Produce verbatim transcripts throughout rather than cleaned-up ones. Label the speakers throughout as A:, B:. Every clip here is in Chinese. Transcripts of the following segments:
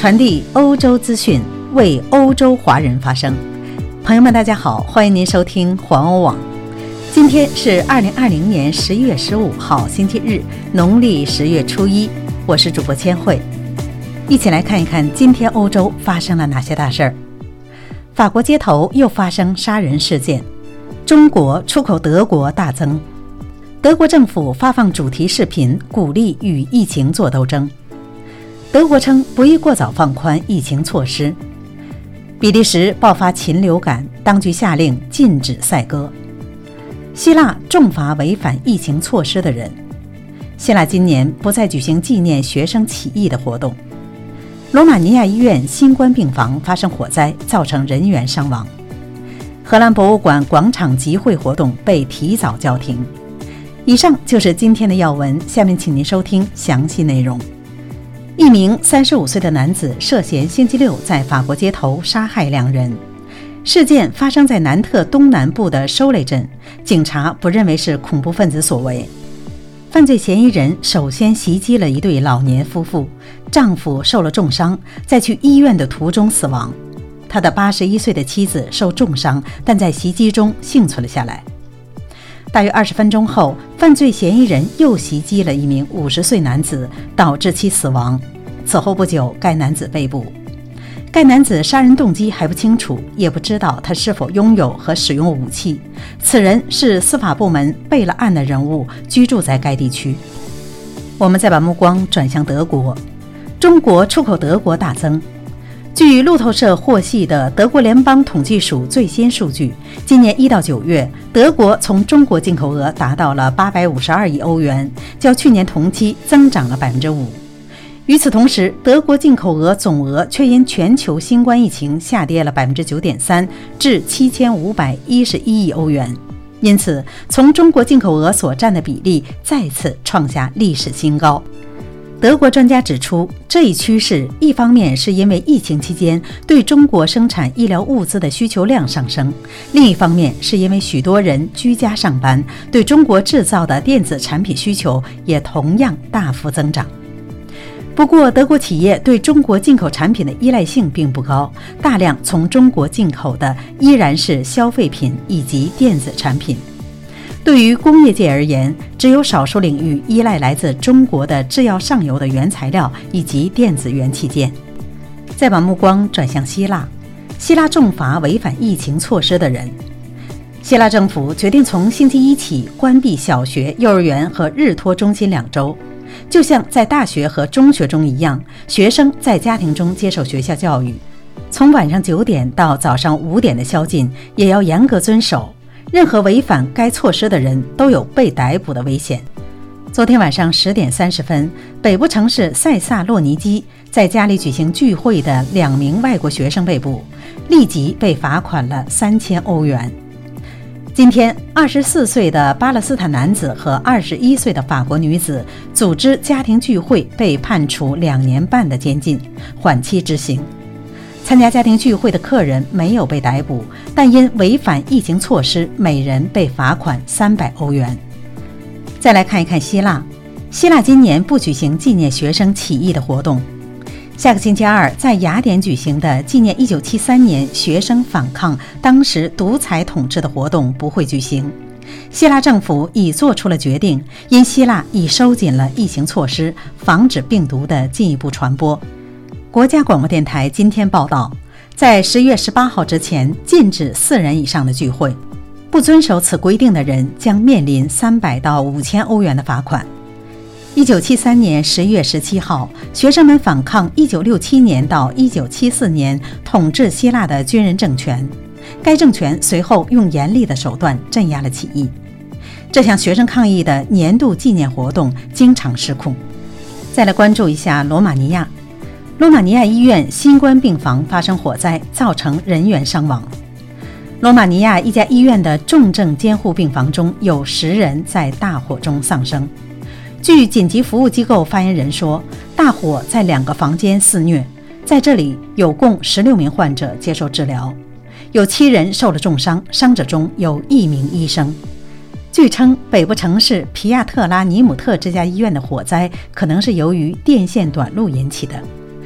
A: 传递欧洲资讯，为欧洲华人发声。朋友们大家好，欢迎您收听环欧网。今天是二零二零年十一月十五号星期日，农历十月初一，我是主播千惠。一起来看一看今天欧洲发生了哪些大事儿。法国街头又发生杀人事件，中国出口德国大增，德国政府发放主题视频，鼓励与疫情作斗争。德国称不宜过早放宽疫情措施。比利时爆发禽流感，当局下令禁止赛鸽。希腊重罚违反疫情措施的人。希腊今年不再举行纪念学生起义的活动。罗马尼亚医院新冠病房发生火灾，造成人员伤亡。荷兰博物馆广场集会活动被提早叫停。以上就是今天的要闻，下面请您收听详细内容。一名三十五岁的男子涉嫌星期六在法国街头杀害两人。事件发生在南特东南部的收雷镇，警察不认为是恐怖分子所为。犯罪嫌疑人首先袭击了一对老年夫妇，丈夫受了重伤，在去医院的途中死亡。他的八十一岁的妻子受重伤，但在袭击中幸存了下来。大约二十分钟后，犯罪嫌疑人又袭击了一名五十岁男子，导致其死亡。此后不久，该男子被捕。该男子杀人动机还不清楚，也不知道他是否拥有和使用武器。此人是司法部门备了案的人物，居住在该地区。我们再把目光转向德国，中国出口德国大增。据路透社获悉的德国联邦统计署最新数据，今年一到九月，德国从中国进口额达到了八百五十二亿欧元，较去年同期增长了百分之五。与此同时，德国进口额总额却因全球新冠疫情下跌了百分之九点三，至七千五百一十一亿欧元。因此，从中国进口额所占的比例再次创下历史新高。德国专家指出，这一趋势一方面是因为疫情期间对中国生产医疗物资的需求量上升，另一方面是因为许多人居家上班，对中国制造的电子产品需求也同样大幅增长。不过，德国企业对中国进口产品的依赖性并不高，大量从中国进口的依然是消费品以及电子产品。对于工业界而言，只有少数领域依赖来自中国的制药上游的原材料以及电子元器件。再把目光转向希腊，希腊重罚违反疫情措施的人。希腊政府决定从星期一起关闭小学、幼儿园和日托中心两周。就像在大学和中学中一样，学生在家庭中接受学校教育，从晚上九点到早上五点的宵禁也要严格遵守。任何违反该措施的人都有被逮捕的危险。昨天晚上十点三十分，北部城市塞萨洛尼基在家里举行聚会的两名外国学生被捕，立即被罚款了三千欧元。今天，二十四岁的巴勒斯坦男子和二十一岁的法国女子组织家庭聚会，被判处两年半的监禁，缓期执行。参加家庭聚会的客人没有被逮捕，但因违反疫情措施，每人被罚款三百欧元。再来看一看希腊，希腊今年不举行纪念学生起义的活动。下个星期二在雅典举行的纪念一九七三年学生反抗当时独裁统治的活动不会举行。希腊政府已做出了决定，因希腊已收紧了疫情措施，防止病毒的进一步传播。国家广播电台今天报道，在十月十八号之前禁止四人以上的聚会，不遵守此规定的人将面临三百到五千欧元的罚款。一九七三年十月十七号，学生们反抗一九六七年到一九七四年统治希腊的军人政权，该政权随后用严厉的手段镇压了起义。这项学生抗议的年度纪念活动经常失控。再来关注一下罗马尼亚。罗马尼亚医院新冠病房发生火灾，造成人员伤亡。罗马尼亚一家医院的重症监护病房中有十人在大火中丧生。据紧急服务机构发言人说，大火在两个房间肆虐，在这里有共十六名患者接受治疗，有七人受了重伤，伤者中有一名医生。据称，北部城市皮亚特拉尼姆特这家医院的火灾可能是由于电线短路引起的。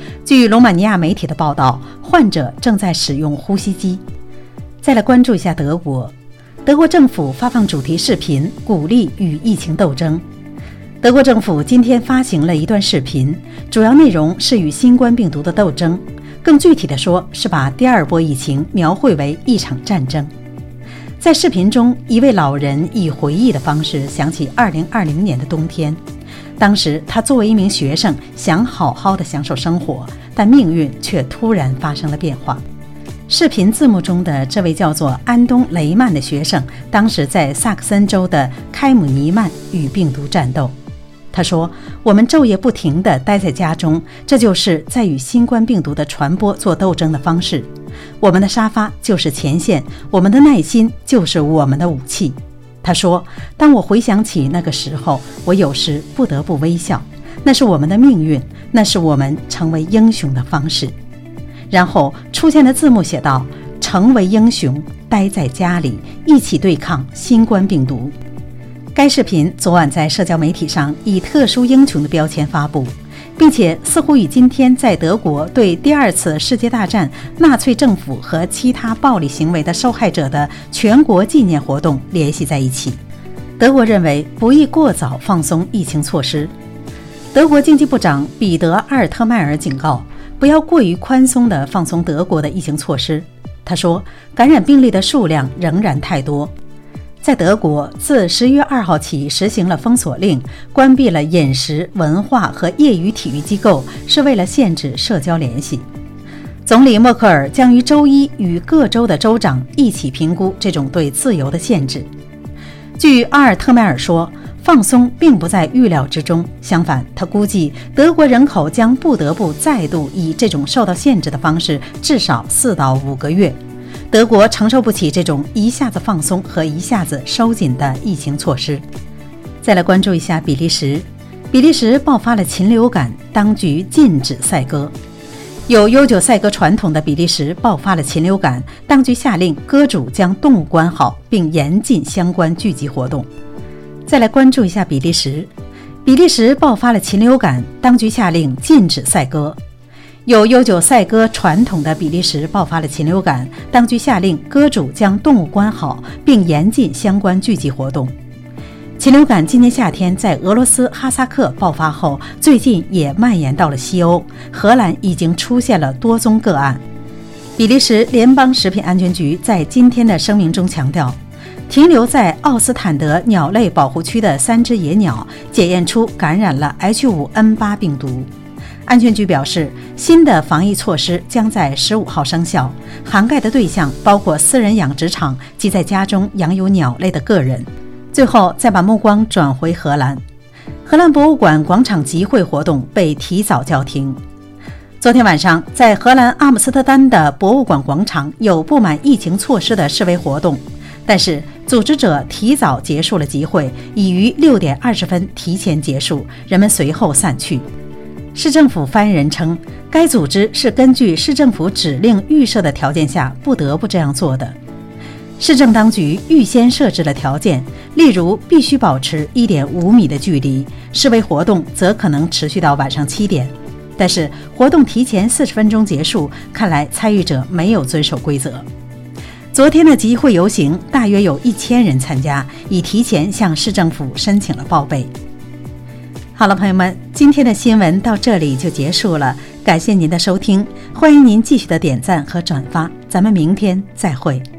A: 据罗马尼亚媒体的报道，患者正在使用呼吸机。再来关注一下德国，德国政府发放主题视频，鼓励与疫情斗争。德国政府今天发行了一段视频，主要内容是与新冠病毒的斗争，更具体的说是把第二波疫情描绘为一场战争。在视频中，一位老人以回忆的方式想起二零二零年的冬天，当时他作为一名学生，想好好的享受生活，但命运却突然发生了变化。视频字幕中的这位叫做安东·雷曼的学生，当时在萨克森州的开姆尼曼与病毒战斗。他说，我们昼夜不停地待在家中，这就是在与新冠病毒的传播做斗争的方式。我们的沙发就是前线，我们的耐心就是我们的武器。他说，当我回想起那个时候，我有时不得不微笑，那是我们的命运，那是我们成为英雄的方式。然后出现的字幕写道，成为英雄，待在家里，一起对抗新冠病毒。该视频昨晚在社交媒体上以特殊英雄的标签发布，并且似乎与今天在德国对第二次世界大战纳粹政府和其他暴力行为的受害者的全国纪念活动联系在一起。德国认为不宜过早放松疫情措施。德国经济部长彼得·阿尔特迈尔警告，不要过于宽松地放松德国的疫情措施。他说，感染病例的数量仍然太多。在德国，自十一月二号起实行了封锁令，关闭了饮食、文化和业余体育机构，是为了限制社交联系。总理默克尔将于周一与各州的州长一起评估这种对自由的限制。据阿尔特迈尔说，放松并不在预料之中，相反，他估计德国人口将不得不再度以这种受到限制的方式至少四到五个月。德国承受不起这种一下子放松和一下子收紧的疫情措施。再来关注一下比利时，比利时爆发了禽流感，当局禁止赛鸽。有悠久赛鸽传统的比利时爆发了禽流感，当局下令鸽主将动物关好，并严禁相关聚集活动。再来关注一下比利时，比利时爆发了禽流感，当局下令禁止赛鸽。有悠久赛鸽传统的比利时爆发了禽流感，当局下令鸽主将动物关好，并严禁相关聚集活动。禽流感今年夏天在俄罗斯哈萨克爆发后，最近也蔓延到了西欧，荷兰已经出现了多宗个案。比利时联邦食品安全局在今天的声明中强调，停留在奥斯坦德鸟类保护区的三只野鸟检验出感染了 H 五 N 八 病毒。安全局表示，新的防疫措施将在十五号生效，涵盖的对象包括私人养殖场及在家中养有鸟类的个人。最后再把目光转回荷兰，荷兰博物馆广场集会活动被提早叫停。昨天晚上，在荷兰阿姆斯特丹的博物馆广场有不满疫情措施的示威活动，但是组织者提早结束了集会，已于六点二十分提前结束，人们随后散去。市政府发言人称，该组织是根据市政府指令预设的条件下不得不这样做的。市政当局预先设置了条件，例如必须保持 一点五米的距离，示威活动则可能持续到晚上七点。但是活动提前四十分钟结束，看来参与者没有遵守规则。昨天的集会游行大约有一千人参加，已提前向市政府申请了报备。好了，朋友们，今天的新闻到这里就结束了，感谢您的收听，欢迎您继续的点赞和转发，咱们明天再会。